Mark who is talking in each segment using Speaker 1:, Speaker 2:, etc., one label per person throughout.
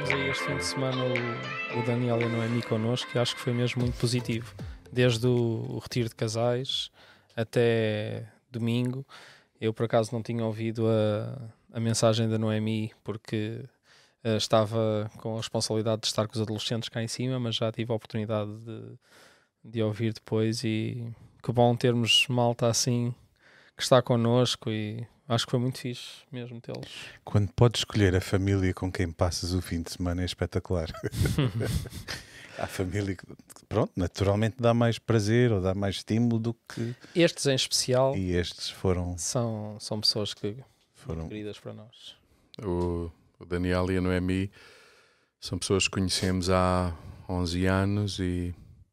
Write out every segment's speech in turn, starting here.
Speaker 1: tivemos aí este fim de semana o Daniel e a Noemi connosco, e acho que foi mesmo muito positivo. Desde o retiro de casais até domingo. Eu, por acaso, não tinha ouvido a mensagem da Noemi, porque estava com a responsabilidade de estar com os adolescentes cá em cima, mas já tive a oportunidade de ouvir depois, e que bom termos malta assim que está connosco, e acho que foi muito fixe mesmo tê-los.
Speaker 2: Quando podes escolher a família com quem passas o fim de semana é espetacular. A família que, pronto, naturalmente dá mais prazer ou dá mais estímulo do que...
Speaker 1: Estes em especial
Speaker 2: E estes foram
Speaker 1: são pessoas que muito queridas para nós.
Speaker 3: O Daniel e a Noemi são pessoas que conhecemos há 11 anos e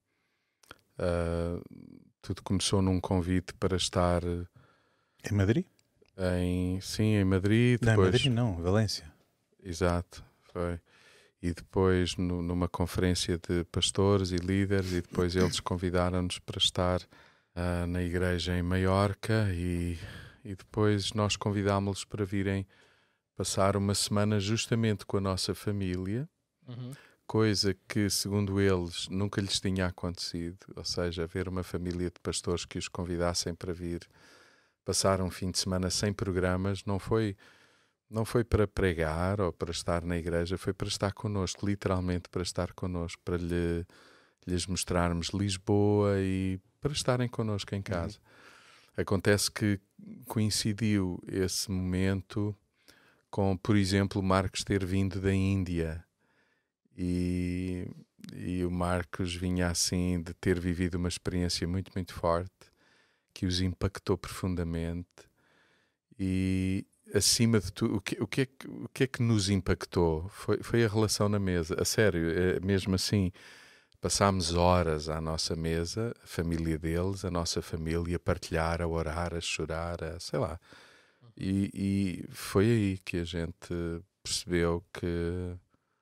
Speaker 3: tudo começou num convite para estar
Speaker 2: em Madrid?
Speaker 3: Em Madrid.
Speaker 2: Não,
Speaker 3: depois...
Speaker 2: em Madrid não, Valência.
Speaker 3: Exato, foi. E depois numa conferência de pastores e líderes, e depois eles convidaram-nos para estar na igreja em Maiorca, e depois nós convidámos-los para virem passar uma semana justamente com a nossa família, coisa que, segundo eles, nunca lhes tinha acontecido, ou seja, haver uma família de pastores que os convidassem para vir passar um fim de semana sem programas. Não foi para pregar ou para estar na igreja, foi para estar connosco, literalmente para estar connosco, para lhes mostrarmos Lisboa e para estarem connosco em casa. Acontece que coincidiu esse momento com, por exemplo, o Marcos ter vindo da Índia, e o Marcos vinha assim de ter vivido uma experiência muito, muito forte, que os impactou profundamente. E acima de tudo, o que é que nos impactou? Foi a relação na mesa. A sério, mesmo assim, passámos horas à nossa mesa, a família deles, a nossa família, a partilhar, a orar, a chorar, sei lá. E foi aí que a gente percebeu que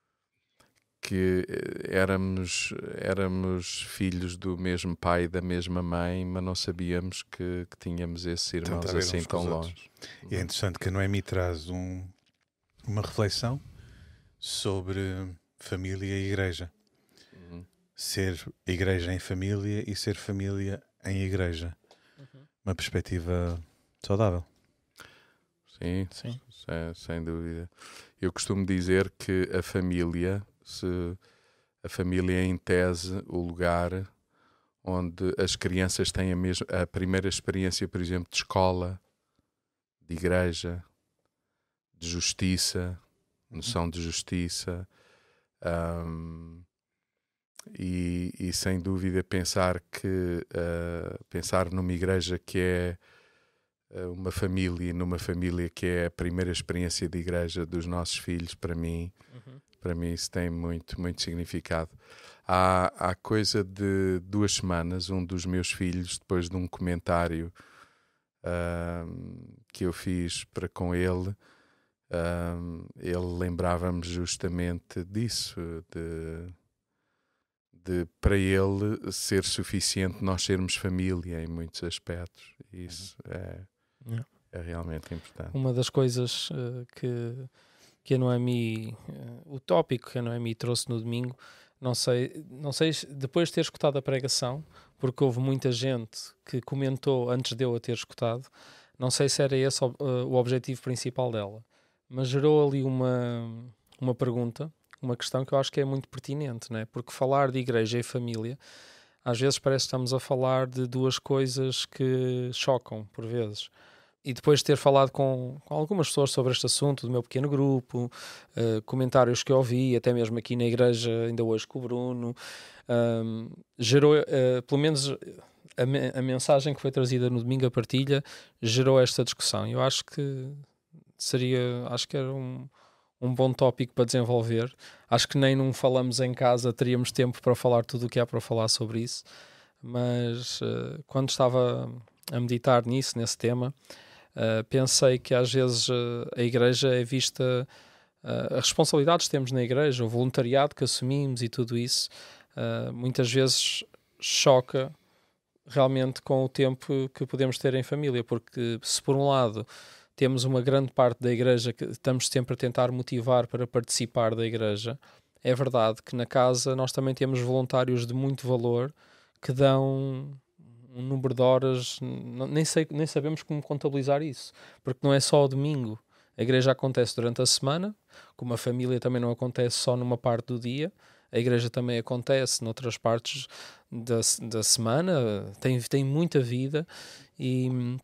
Speaker 3: éramos filhos do mesmo pai e da mesma mãe, mas não sabíamos que tínhamos esses irmãos assim tão longe.
Speaker 2: E é interessante que a Noemi traz uma reflexão sobre família e igreja. Ser igreja em família e ser família em igreja. Uma perspectiva saudável.
Speaker 3: Sim. Sem dúvida. Eu costumo dizer que a família é, em tese, o lugar onde as crianças têm a primeira experiência, por exemplo, de escola, de igreja, de justiça, noção de justiça, e sem dúvida pensar numa igreja que é uma família, numa família que é a primeira experiência de igreja dos nossos filhos, para mim isso tem muito, muito significado. Há coisa de 2 semanas, um dos meus filhos, depois de um comentário que eu fiz para com ele, ele lembrava-me justamente disso, de para ele ser suficiente nós sermos família em muitos aspectos. Isso é realmente importante.
Speaker 1: Uma das coisas que a Noemi, o tópico que a Noemi trouxe no domingo, não sei depois de ter escutado a pregação, porque houve muita gente que comentou antes de eu a ter escutado, não sei se era esse o objetivo principal dela, mas gerou ali uma pergunta, uma questão que eu acho que é muito pertinente, né? Porque falar de igreja e família, às vezes parece que estamos a falar de 2 coisas que chocam, por vezes. E depois de ter falado com algumas pessoas sobre este assunto, do meu pequeno grupo, comentários que eu ouvi, até mesmo aqui na igreja, ainda hoje com o Bruno, gerou, pelo menos a mensagem que foi trazida no domingo, a partilha, gerou esta discussão. Eu acho que era um bom tópico para desenvolver. Acho que nem não falamos em casa, teríamos tempo para falar tudo o que há para falar sobre isso, mas quando estava a meditar nesse tema, pensei que às vezes a igreja é vista, as responsabilidades que temos na igreja, o voluntariado que assumimos e tudo isso, muitas vezes choca realmente com o tempo que podemos ter em família, porque se por um lado temos uma grande parte da igreja que estamos sempre a tentar motivar para participar da igreja. É verdade que na casa nós também temos voluntários de muito valor que dão um número de horas, nem sabemos como contabilizar isso, porque não é só ao domingo. A igreja acontece durante a semana, como a família também não acontece só numa parte do dia, a igreja também acontece noutras partes da semana, tem muita vida e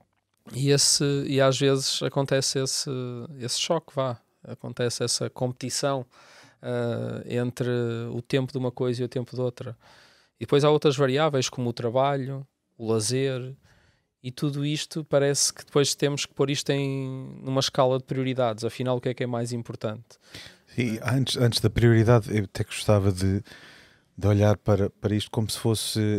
Speaker 1: às vezes acontece esse choque, acontece essa competição entre o tempo de uma coisa e o tempo de outra. E depois há outras variáveis como o trabalho, o lazer, e tudo isto parece que depois temos que pôr isto numa escala de prioridades. Afinal, o que é mais importante?
Speaker 2: E antes da prioridade, eu até gostava de olhar para isto como se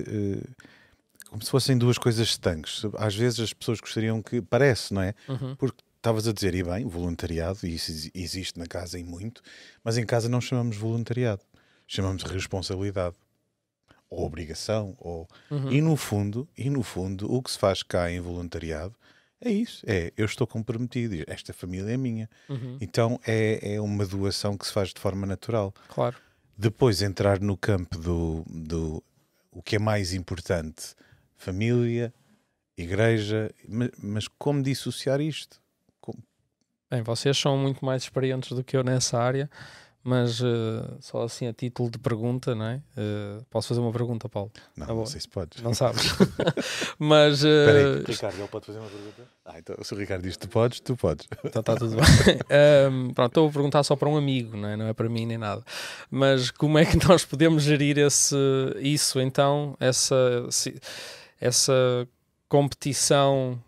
Speaker 2: fossem duas coisas estanques. Às vezes as pessoas gostariam que... Parece, não é?
Speaker 1: Uhum.
Speaker 2: Porque estavas a dizer, e bem, voluntariado, e isso existe na casa e muito, mas em casa não chamamos voluntariado. Chamamos de responsabilidade. Ou obrigação.
Speaker 1: Uhum.
Speaker 2: E no fundo, o que se faz cá em voluntariado é isso. Eu estou comprometido. Esta família é minha.
Speaker 1: Uhum.
Speaker 2: Então é uma doação que se faz de forma natural.
Speaker 1: Claro.
Speaker 2: Depois entrar no campo do o que é mais importante, família, igreja, mas como dissociar isto?
Speaker 1: Bem, vocês são muito mais experientes do que eu nessa área, mas só assim a título de pergunta, não é? Posso fazer uma pergunta, Paulo?
Speaker 2: Não sei se podes.
Speaker 1: Não sabes. Mas...
Speaker 2: Espera aí, Ricardo, ele pode fazer uma pergunta? Então, se o Ricardo diz tu podes.
Speaker 1: Então está tudo bem. Pronto, estou a perguntar só para um amigo, não é para mim nem nada. Mas como é que nós podemos gerir isso então, essa competição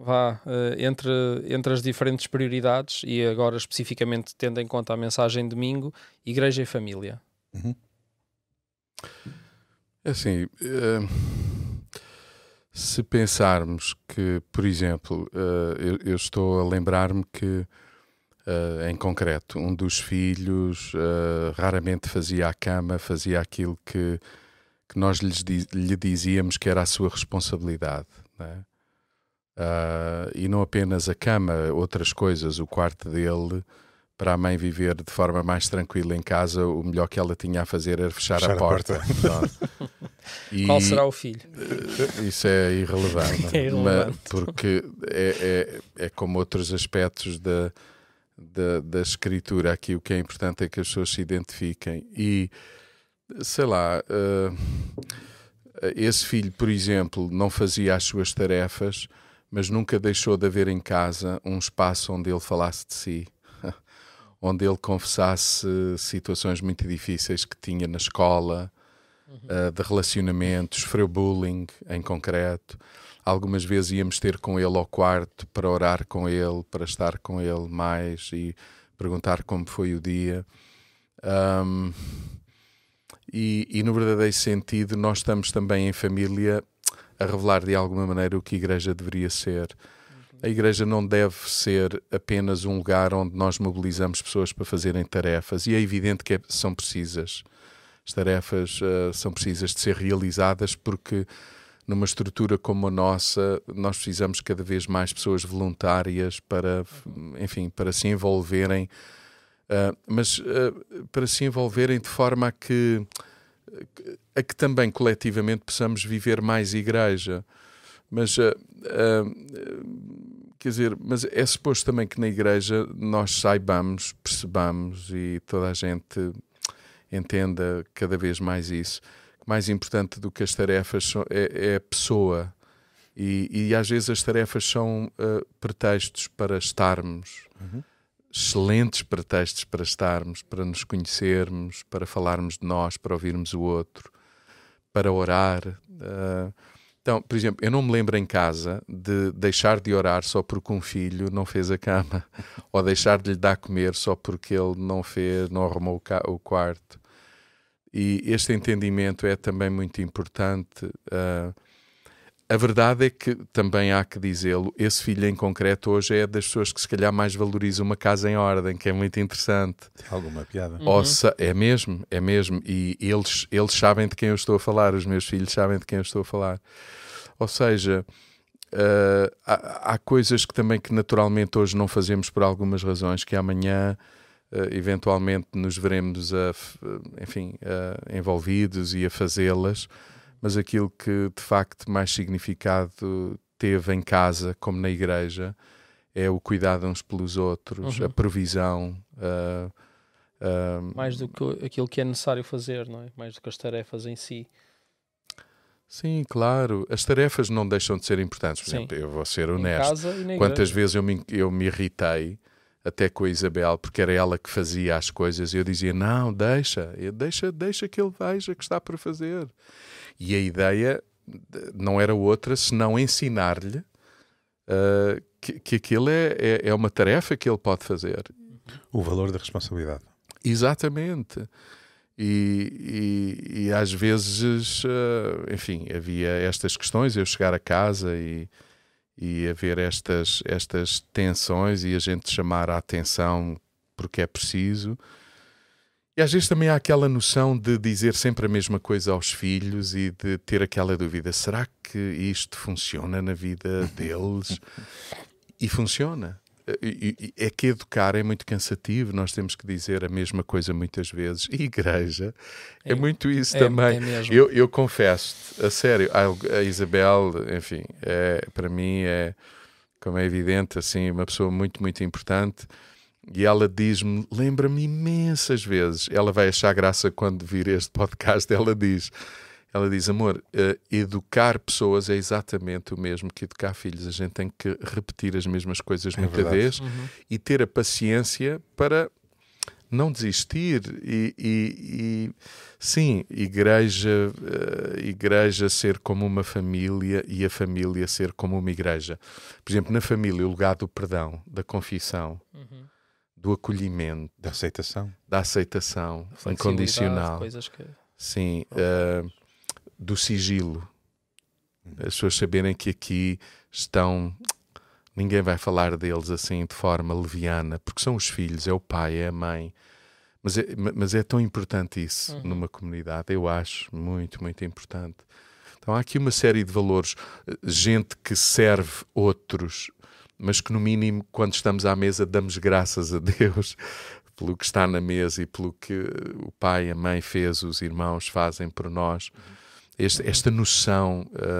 Speaker 1: entre as diferentes prioridades e agora especificamente tendo em conta a mensagem de domingo, igreja e família?
Speaker 2: Uhum.
Speaker 3: Assim, se pensarmos que, por exemplo, eu estou a lembrar-me que, em concreto, um dos filhos raramente fazia a cama, fazia aquilo que nós lhe dizíamos que era a sua responsabilidade, não é? E não apenas a cama, outras coisas, o quarto dele, para a mãe viver de forma mais tranquila em casa, o melhor que ela tinha a fazer era fechar a porta.
Speaker 1: Qual será o filho?
Speaker 3: Isso é irrelevante,
Speaker 1: É irrelevante.
Speaker 3: porque é como outros aspectos da escritura. Aqui o que é importante é que as pessoas se identifiquem e, sei lá, esse filho, por exemplo, não fazia as suas tarefas, mas nunca deixou de haver em casa um espaço onde ele falasse de si, onde ele confessasse situações muito difíceis que tinha na escola, de relacionamentos, sofreu bullying em concreto. Algumas vezes íamos ter com ele ao quarto para orar com ele, para estar com ele mais e perguntar como foi o dia. E no verdadeiro sentido, nós estamos também em família a revelar de alguma maneira o que a igreja deveria ser. A igreja não deve ser apenas um lugar onde nós mobilizamos pessoas para fazerem tarefas, e é evidente que são precisas. As tarefas são precisas de ser realizadas porque numa estrutura como a nossa nós precisamos cada vez mais pessoas voluntárias para se envolverem, mas para se envolverem de forma a que também coletivamente possamos viver mais igreja. Mas quer dizer, mas é suposto também que na igreja nós saibamos, percebamos e toda a gente entenda cada vez mais isso. Mais importante do que as tarefas é a pessoa. E às vezes as tarefas são pretextos para estarmos. Excelentes pretextos para estarmos, para nos conhecermos, para falarmos de nós, para ouvirmos o outro, para orar. Então, por exemplo, eu não me lembro em casa de deixar de orar só porque um filho não fez a cama, ou deixar de lhe dar a comer só porque ele não arrumou o quarto. E este entendimento é também muito importante. A verdade é que, também há que dizê-lo, esse filho em concreto hoje é das pessoas que se calhar mais valoriza uma casa em ordem, que é muito interessante.
Speaker 2: Tem alguma piada?
Speaker 3: É mesmo. E eles sabem de quem eu estou a falar, os meus filhos sabem de quem eu estou a falar. Ou seja, há coisas que também que naturalmente hoje não fazemos por algumas razões, que amanhã eventualmente nos veremos envolvidos e a fazê-las, mas aquilo que de facto mais significado teve em casa como na igreja é o cuidado uns pelos outros, a provisão.
Speaker 1: Mais do que aquilo que é necessário fazer, não é? Mais do que as tarefas em si.
Speaker 3: Sim, claro. As tarefas não deixam de ser importantes. Por exemplo, eu vou ser honesto.
Speaker 1: Em casa e na
Speaker 3: Quantas
Speaker 1: igreja.
Speaker 3: vezes eu me irritei até com a Isabel, porque era ela que fazia as coisas, e eu dizia, não, deixa que ele veja que está para fazer. E a ideia não era outra senão ensinar-lhe que aquilo é uma tarefa que ele pode fazer.
Speaker 2: O valor da responsabilidade.
Speaker 3: Exatamente. E às vezes, enfim, havia estas questões, eu chegar a casa e haver estas tensões e a gente chamar a atenção porque é preciso. E às vezes também há aquela noção de dizer sempre a mesma coisa aos filhos e de ter aquela dúvida, será que isto funciona na vida deles? E funciona. É que educar é muito cansativo, nós temos que dizer a mesma coisa muitas vezes. E igreja é muito isso também.
Speaker 1: Mesmo.
Speaker 3: Eu confesso-te, a sério, a Isabel, enfim, para mim como é evidente, assim, uma pessoa muito, muito importante. E ela diz-me, lembra-me imensas vezes, ela vai achar graça quando vir este podcast, ela diz, amor, educar pessoas é exatamente o mesmo que educar filhos. A gente tem que repetir as mesmas coisas muita vez e ter a paciência para não desistir. E sim, igreja ser como uma família e a família ser como uma igreja. Por exemplo, na família, o lugar do perdão, da confissão, do acolhimento,
Speaker 2: da aceitação
Speaker 3: incondicional.
Speaker 1: Coisas que...
Speaker 3: Sim, do sigilo. As pessoas saberem que aqui estão, ninguém vai falar deles assim de forma leviana, porque são os filhos, é o pai, é a mãe. Mas é tão importante isso numa comunidade, eu acho muito, muito importante. Então há aqui uma série de valores, gente que serve outros, mas que no mínimo quando estamos à mesa damos graças a Deus pelo que está na mesa e pelo que o pai, a mãe fez, os irmãos fazem por nós. Esta noção,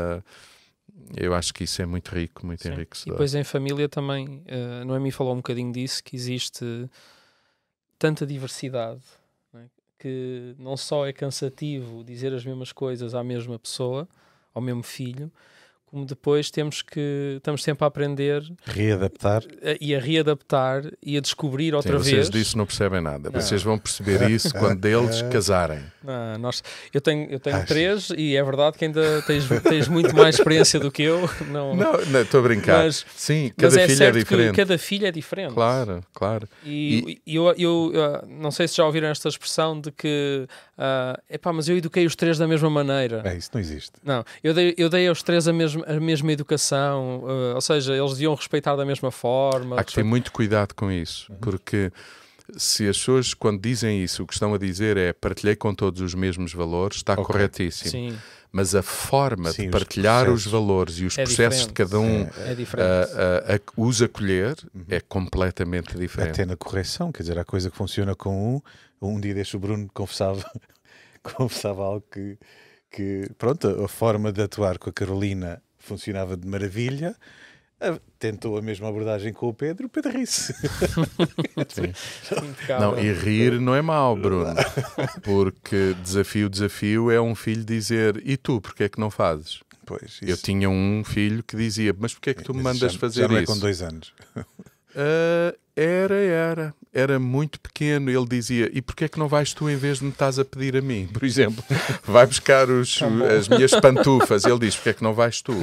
Speaker 3: eu acho que isso é muito rico, muito enriquecedor.
Speaker 1: E depois em família também, Noemi falou um bocadinho disso, que existe tanta diversidade, não é? Que não só é cansativo dizer as mesmas coisas à mesma pessoa, ao mesmo filho, como depois estamos sempre a aprender
Speaker 2: readaptar
Speaker 1: e a readaptar e a descobrir outra vez.
Speaker 3: Vocês disso não percebem nada. Não. Vocês vão perceber isso quando eles casarem.
Speaker 1: Eu tenho 3 e é verdade que ainda tens muito mais experiência do que eu. Não,
Speaker 3: estou a brincar.
Speaker 1: Mas,
Speaker 3: sim, cada filho é diferente.
Speaker 1: Cada filho é diferente.
Speaker 3: Claro.
Speaker 1: E eu não sei se já ouviram esta expressão de que mas eu eduquei os 3 da mesma maneira.
Speaker 2: Isso não existe.
Speaker 1: Não, eu dei aos 3 a mesma educação, ou seja, eles deviam respeitar da mesma forma.
Speaker 3: Há que ter muito cuidado com isso, porque se as pessoas, quando dizem isso, o que estão a dizer é partilhei com todos os mesmos valores, está corretíssimo.
Speaker 1: Sim.
Speaker 3: Mas a forma de partilhar os valores e os processos de cada um os acolher é completamente diferente.
Speaker 2: Até na correção, quer dizer, há coisa que funciona com um dia deste o Bruno confessava algo que pronto, a forma de atuar com a Carolina funcionava de maravilha, tentou a mesma abordagem com o Pedro ri-se.
Speaker 3: Não, e rir não é mau, Bruno, porque desafio é um filho dizer, e tu, porque é que não fazes?
Speaker 2: Pois,
Speaker 3: eu tinha um filho que dizia, mas porque é que tu me mandas fazer
Speaker 2: já não
Speaker 3: isso?
Speaker 2: Com 2 anos.
Speaker 3: Era muito pequeno. Ele dizia, e porquê é que não vais tu em vez de me estás a pedir a mim? Por exemplo, vai buscar as minhas pantufas. Ele diz, porquê é que não vais tu?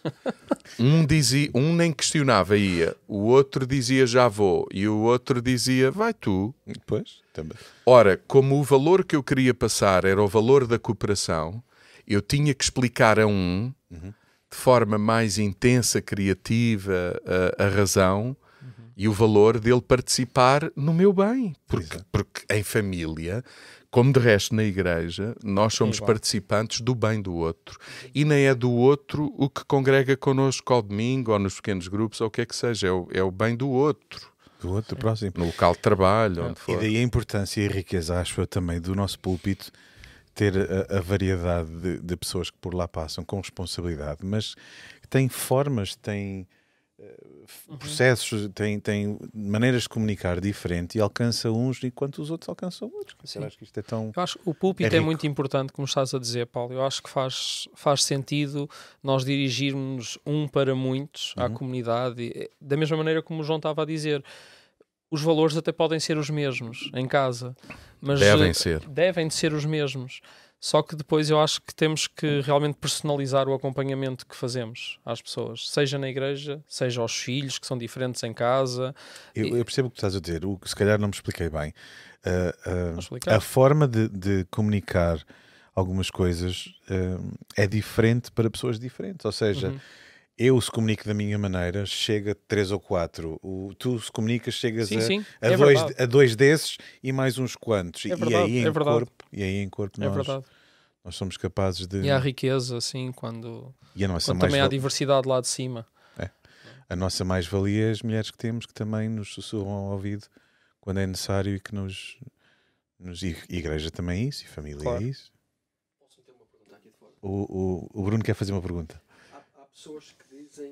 Speaker 3: Um nem questionava, ia. O outro dizia, já vou. E o outro dizia, vai tu.
Speaker 2: Pois, também.
Speaker 3: Ora, como o valor que eu queria passar era o valor da cooperação, eu tinha que explicar a de forma mais intensa, criativa, a razão. E o valor dele participar no meu bem. Porque em família, como de resto na igreja, nós somos participantes do bem do outro. E nem é do outro o que congrega connosco ao domingo, ou nos pequenos grupos, ou o que é que seja. É o bem do outro.
Speaker 2: Do outro próximo.
Speaker 3: No local de trabalho, onde for.
Speaker 2: E daí a importância e a riqueza, acho eu, também do nosso púlpito, ter a variedade de pessoas que por lá passam com responsabilidade, mas têm formas, têm processos, têm maneiras de comunicar diferente e alcança uns enquanto os outros alcançam outros. Eu acho que isto é tão...
Speaker 1: Eu acho que o púlpito é muito importante, como estás a dizer, Paulo. Eu acho que faz sentido nós dirigirmos para muitos à comunidade, da mesma maneira como o João estava a dizer. Os valores até podem ser os mesmos em casa, mas devem de ser os mesmos. Só que depois eu acho que temos que realmente personalizar o acompanhamento que fazemos às pessoas, seja na igreja, seja aos filhos, que são diferentes em casa.
Speaker 2: Eu percebo o que estás a dizer, se calhar não me expliquei bem. A forma de comunicar algumas coisas é diferente para pessoas diferentes, ou seja... Eu, se comunico da minha maneira, chega a 3 ou 4. Tu, se comunicas, chegas a 2 desses e mais uns quantos. E aí em corpo nós somos capazes de...
Speaker 1: E há riqueza, assim, quando também há diversidade lá de cima.
Speaker 2: A nossa mais-valia é as mulheres que temos, que também nos sussurram ao ouvido quando é necessário e que nos... E igreja também é isso, e família é isso.
Speaker 4: Posso ter uma pergunta aqui de fora?
Speaker 2: O Bruno quer fazer uma pergunta.
Speaker 4: Há pessoas que dizem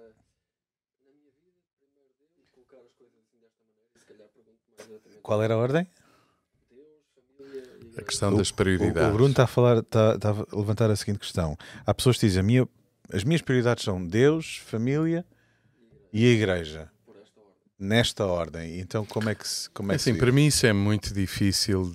Speaker 4: na minha vida, primeiro Deus, colocar as coisas assim desta maneira, e se calhar pergunto mais diretamente.
Speaker 2: Qual era a ordem?
Speaker 4: Deus, família e igreja.
Speaker 3: A questão das prioridades.
Speaker 2: O Bruno está a levantar a seguinte questão. Há pessoas que dizem, as minhas prioridades são Deus, família e a igreja. Nesta ordem. Então como é que se...
Speaker 3: assim, para mim isso é muito difícil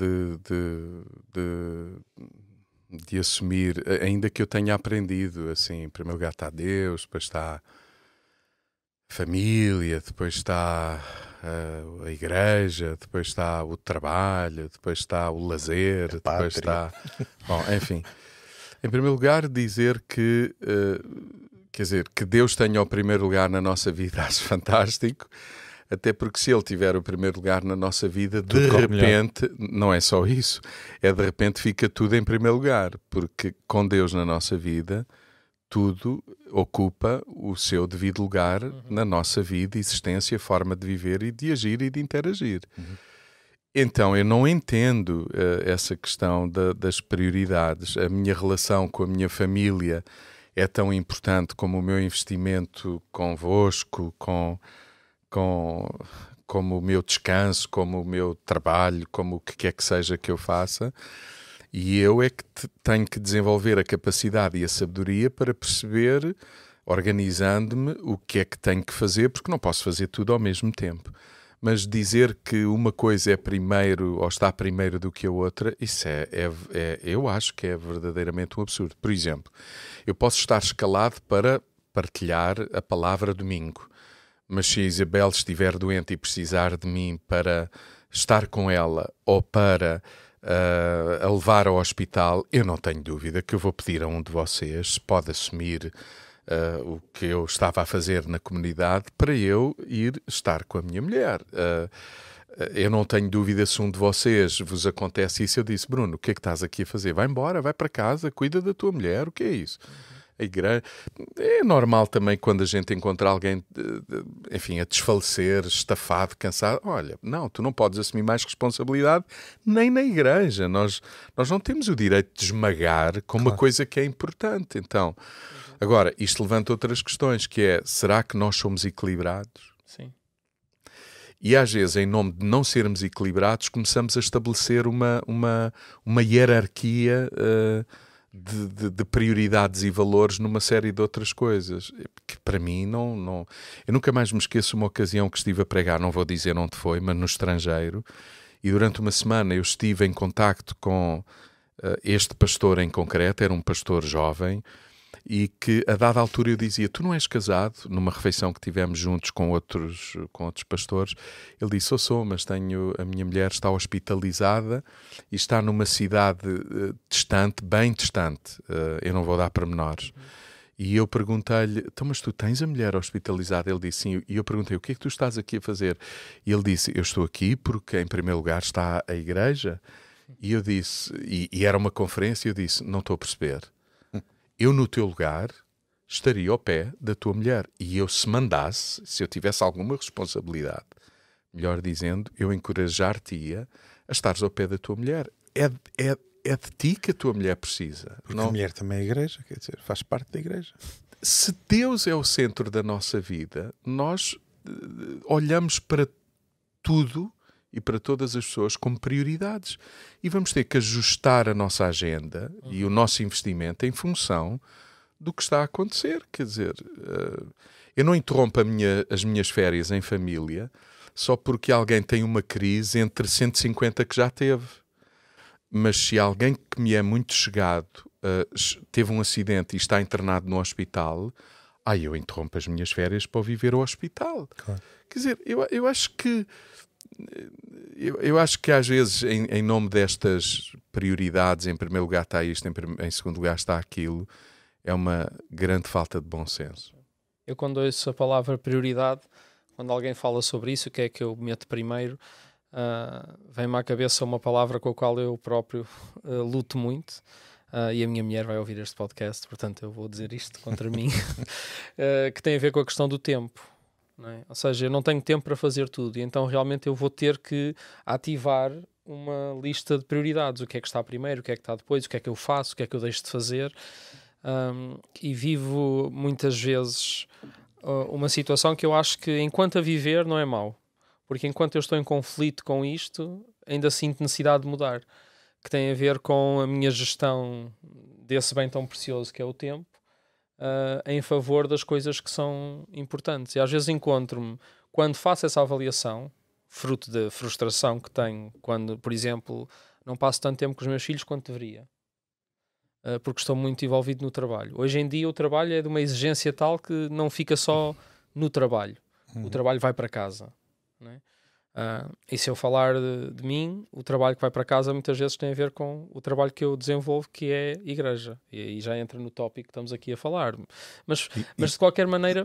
Speaker 3: de assumir, ainda que eu tenha aprendido, assim, em primeiro lugar está Deus, depois está a família, depois está a igreja, depois está o trabalho, depois está o lazer, depois está... Bom, enfim. Em primeiro lugar, dizer que, que Deus tenha o primeiro lugar na nossa vida, acho fantástico. Até porque se ele tiver o primeiro lugar na nossa vida, de repente, não é só isso, de repente fica tudo em primeiro lugar, porque com Deus na nossa vida, tudo ocupa o seu devido lugar na nossa vida, existência, forma de viver e de agir e de interagir. Então, eu não entendo essa questão das prioridades. A minha relação com a minha família é tão importante como o meu investimento convosco, como o meu descanso, como o meu trabalho, como o que quer que seja que eu faça, e eu é que tenho que desenvolver a capacidade e a sabedoria para perceber, organizando-me, o que é que tenho que fazer, porque não posso fazer tudo ao mesmo tempo. Mas dizer que uma coisa é primeiro ou está primeiro do que a outra, isso eu acho que é verdadeiramente um absurdo. Por exemplo, eu posso estar escalado para partilhar a palavra domingo, mas se a Isabel estiver doente e precisar de mim para estar com ela ou para a levar ao hospital, eu não tenho dúvida que eu vou pedir a um de vocês se pode assumir o que eu estava a fazer na comunidade para eu ir estar com a minha mulher. Eu não tenho dúvida se um de vocês vos acontece isso. Eu disse, Bruno, o que é que estás aqui a fazer? Vai embora, vai para casa, cuida da tua mulher, o que é isso? A igreja. É normal também quando a gente encontra alguém, enfim, a desfalecer, estafado, cansado. Olha, não, tu não podes assumir mais responsabilidade nem na igreja. Nós não temos o direito de esmagar com uma coisa que é importante. Então, agora, isto levanta outras questões, que é, será que nós somos equilibrados?
Speaker 1: Sim.
Speaker 3: E às vezes, em nome de não sermos equilibrados, começamos a estabelecer uma hierarquia de prioridades e valores numa série de outras coisas, que para mim não... Eu nunca mais me esqueço uma ocasião que estive a pregar, não vou dizer onde foi, mas no estrangeiro, e durante uma semana eu estive em contacto com este pastor em concreto, era um pastor jovem, e que a dada altura eu dizia, tu não és casado? Numa refeição que tivemos juntos com outros pastores, ele disse, sou, mas a minha mulher está hospitalizada e está numa cidade distante, bem distante, eu não vou dar pormenores. E eu perguntei-lhe, então, mas tu tens a mulher hospitalizada? Ele disse sim. E eu perguntei, o que é que tu estás aqui a fazer? E ele disse, eu estou aqui porque em primeiro lugar está a igreja. E eu disse, e era uma conferência, e eu disse, não estou a perceber. Eu no teu lugar estaria ao pé da tua mulher. E eu se mandasse, se eu tivesse alguma responsabilidade, melhor dizendo, eu encorajar-te-ia a estares ao pé da tua mulher. É de ti que a tua mulher precisa.
Speaker 2: Porque
Speaker 3: não...
Speaker 2: a mulher também é igreja, quer dizer, faz parte da igreja.
Speaker 3: Se Deus é o centro da nossa vida, nós olhamos para tudo e para todas as pessoas como prioridades. E vamos ter que ajustar a nossa agenda e o nosso investimento em função do que está a acontecer. Quer dizer, eu não interrompo as minhas férias em família só porque alguém tem uma crise entre 150 que já teve. Mas se alguém que me é muito chegado teve um acidente e está internado no hospital, eu interrompo as minhas férias para viver ao hospital.
Speaker 2: Claro.
Speaker 3: Quer dizer, eu acho que eu acho que às vezes em nome destas prioridades, em primeiro lugar está isto, em segundo lugar está aquilo, é uma grande falta de bom senso.
Speaker 1: Eu quando ouço a palavra prioridade, quando alguém fala sobre isso, o que é que eu meto primeiro? Vem-me à cabeça uma palavra com a qual eu próprio luto muito, e a minha mulher vai ouvir este podcast, portanto eu vou dizer isto contra mim, que tem a ver com a questão do tempo, não é? Ou seja, eu não tenho tempo para fazer tudo, e então realmente eu vou ter que ativar uma lista de prioridades, o que é que está primeiro, o que é que está depois, o que é que eu faço, o que é que eu deixo de fazer, e vivo muitas vezes uma situação que eu acho que enquanto a viver não é mau. Porque enquanto eu estou em conflito com isto, ainda sinto necessidade de mudar. Que tem a ver com a minha gestão desse bem tão precioso que é o tempo, em favor das coisas que são importantes. E às vezes encontro-me, quando faço essa avaliação, fruto da frustração que tenho, quando, por exemplo, não passo tanto tempo com os meus filhos quanto deveria. Porque estou muito envolvido no trabalho. Hoje em dia o trabalho é de uma exigência tal que não fica só no trabalho. O trabalho vai para casa. Não é? E se eu falar de mim, o trabalho que vai para casa muitas vezes tem a ver com o trabalho que eu desenvolvo, que é igreja, e aí já entra no tópico que estamos aqui a falar, mas de qualquer maneira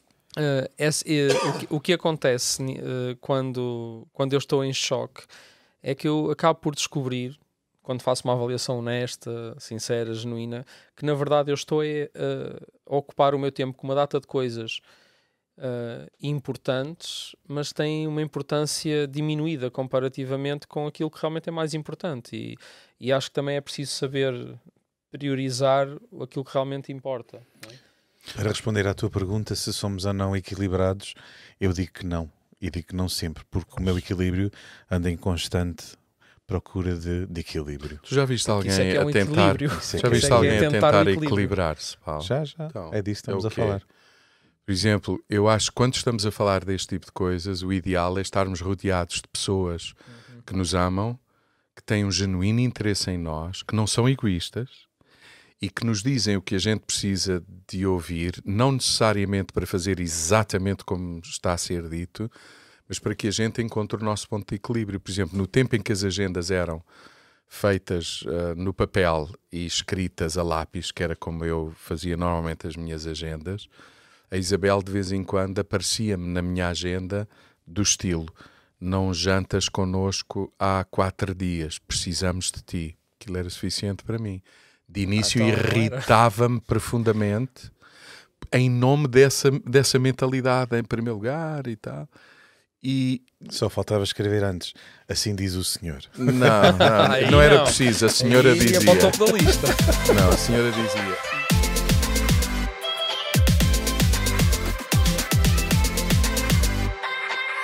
Speaker 1: o que acontece quando eu estou em choque é que eu acabo por descobrir, quando faço uma avaliação honesta, sincera, genuína, que na verdade eu estou a ocupar o meu tempo com uma data de coisas importantes, mas têm uma importância diminuída comparativamente com aquilo que realmente é mais importante, e acho que também é preciso saber priorizar aquilo que realmente importa, não é?
Speaker 2: Para responder à tua pergunta, se somos ou não equilibrados, eu digo que não, e digo que não sempre, porque o meu equilíbrio anda em constante procura de equilíbrio.
Speaker 3: Tu já viste alguém
Speaker 1: Isso é que é um
Speaker 3: a tentar,
Speaker 1: equilíbrio.
Speaker 3: já viste alguém a tentar
Speaker 1: o equilíbrio.
Speaker 3: equilibrar-se, Paulo?
Speaker 2: Já.
Speaker 3: Então,
Speaker 2: É disso que estamos
Speaker 3: é
Speaker 2: a
Speaker 3: o quê?
Speaker 2: falar.
Speaker 3: Por exemplo, eu acho que quando estamos a falar deste tipo de coisas, o ideal é estarmos rodeados de pessoas que nos amam, que têm um genuíno interesse em nós, que não são egoístas e que nos dizem o que a gente precisa de ouvir, não necessariamente para fazer exatamente como está a ser dito, mas para que a gente encontre o nosso ponto de equilíbrio. Por exemplo, no tempo em que as agendas eram feitas no papel e escritas a lápis, que era como eu fazia normalmente as minhas agendas, a Isabel de vez em quando aparecia-me na minha agenda do estilo: não jantas connosco há 4 dias, precisamos de ti. Aquilo era suficiente para mim. De início irritava-me profundamente em nome dessa mentalidade, em primeiro lugar e tal. E
Speaker 2: Só faltava escrever antes, assim diz o senhor.
Speaker 3: não era preciso, a senhora
Speaker 1: Aí ia
Speaker 3: dizia.
Speaker 1: para o topo da lista.
Speaker 3: Não, a senhora dizia: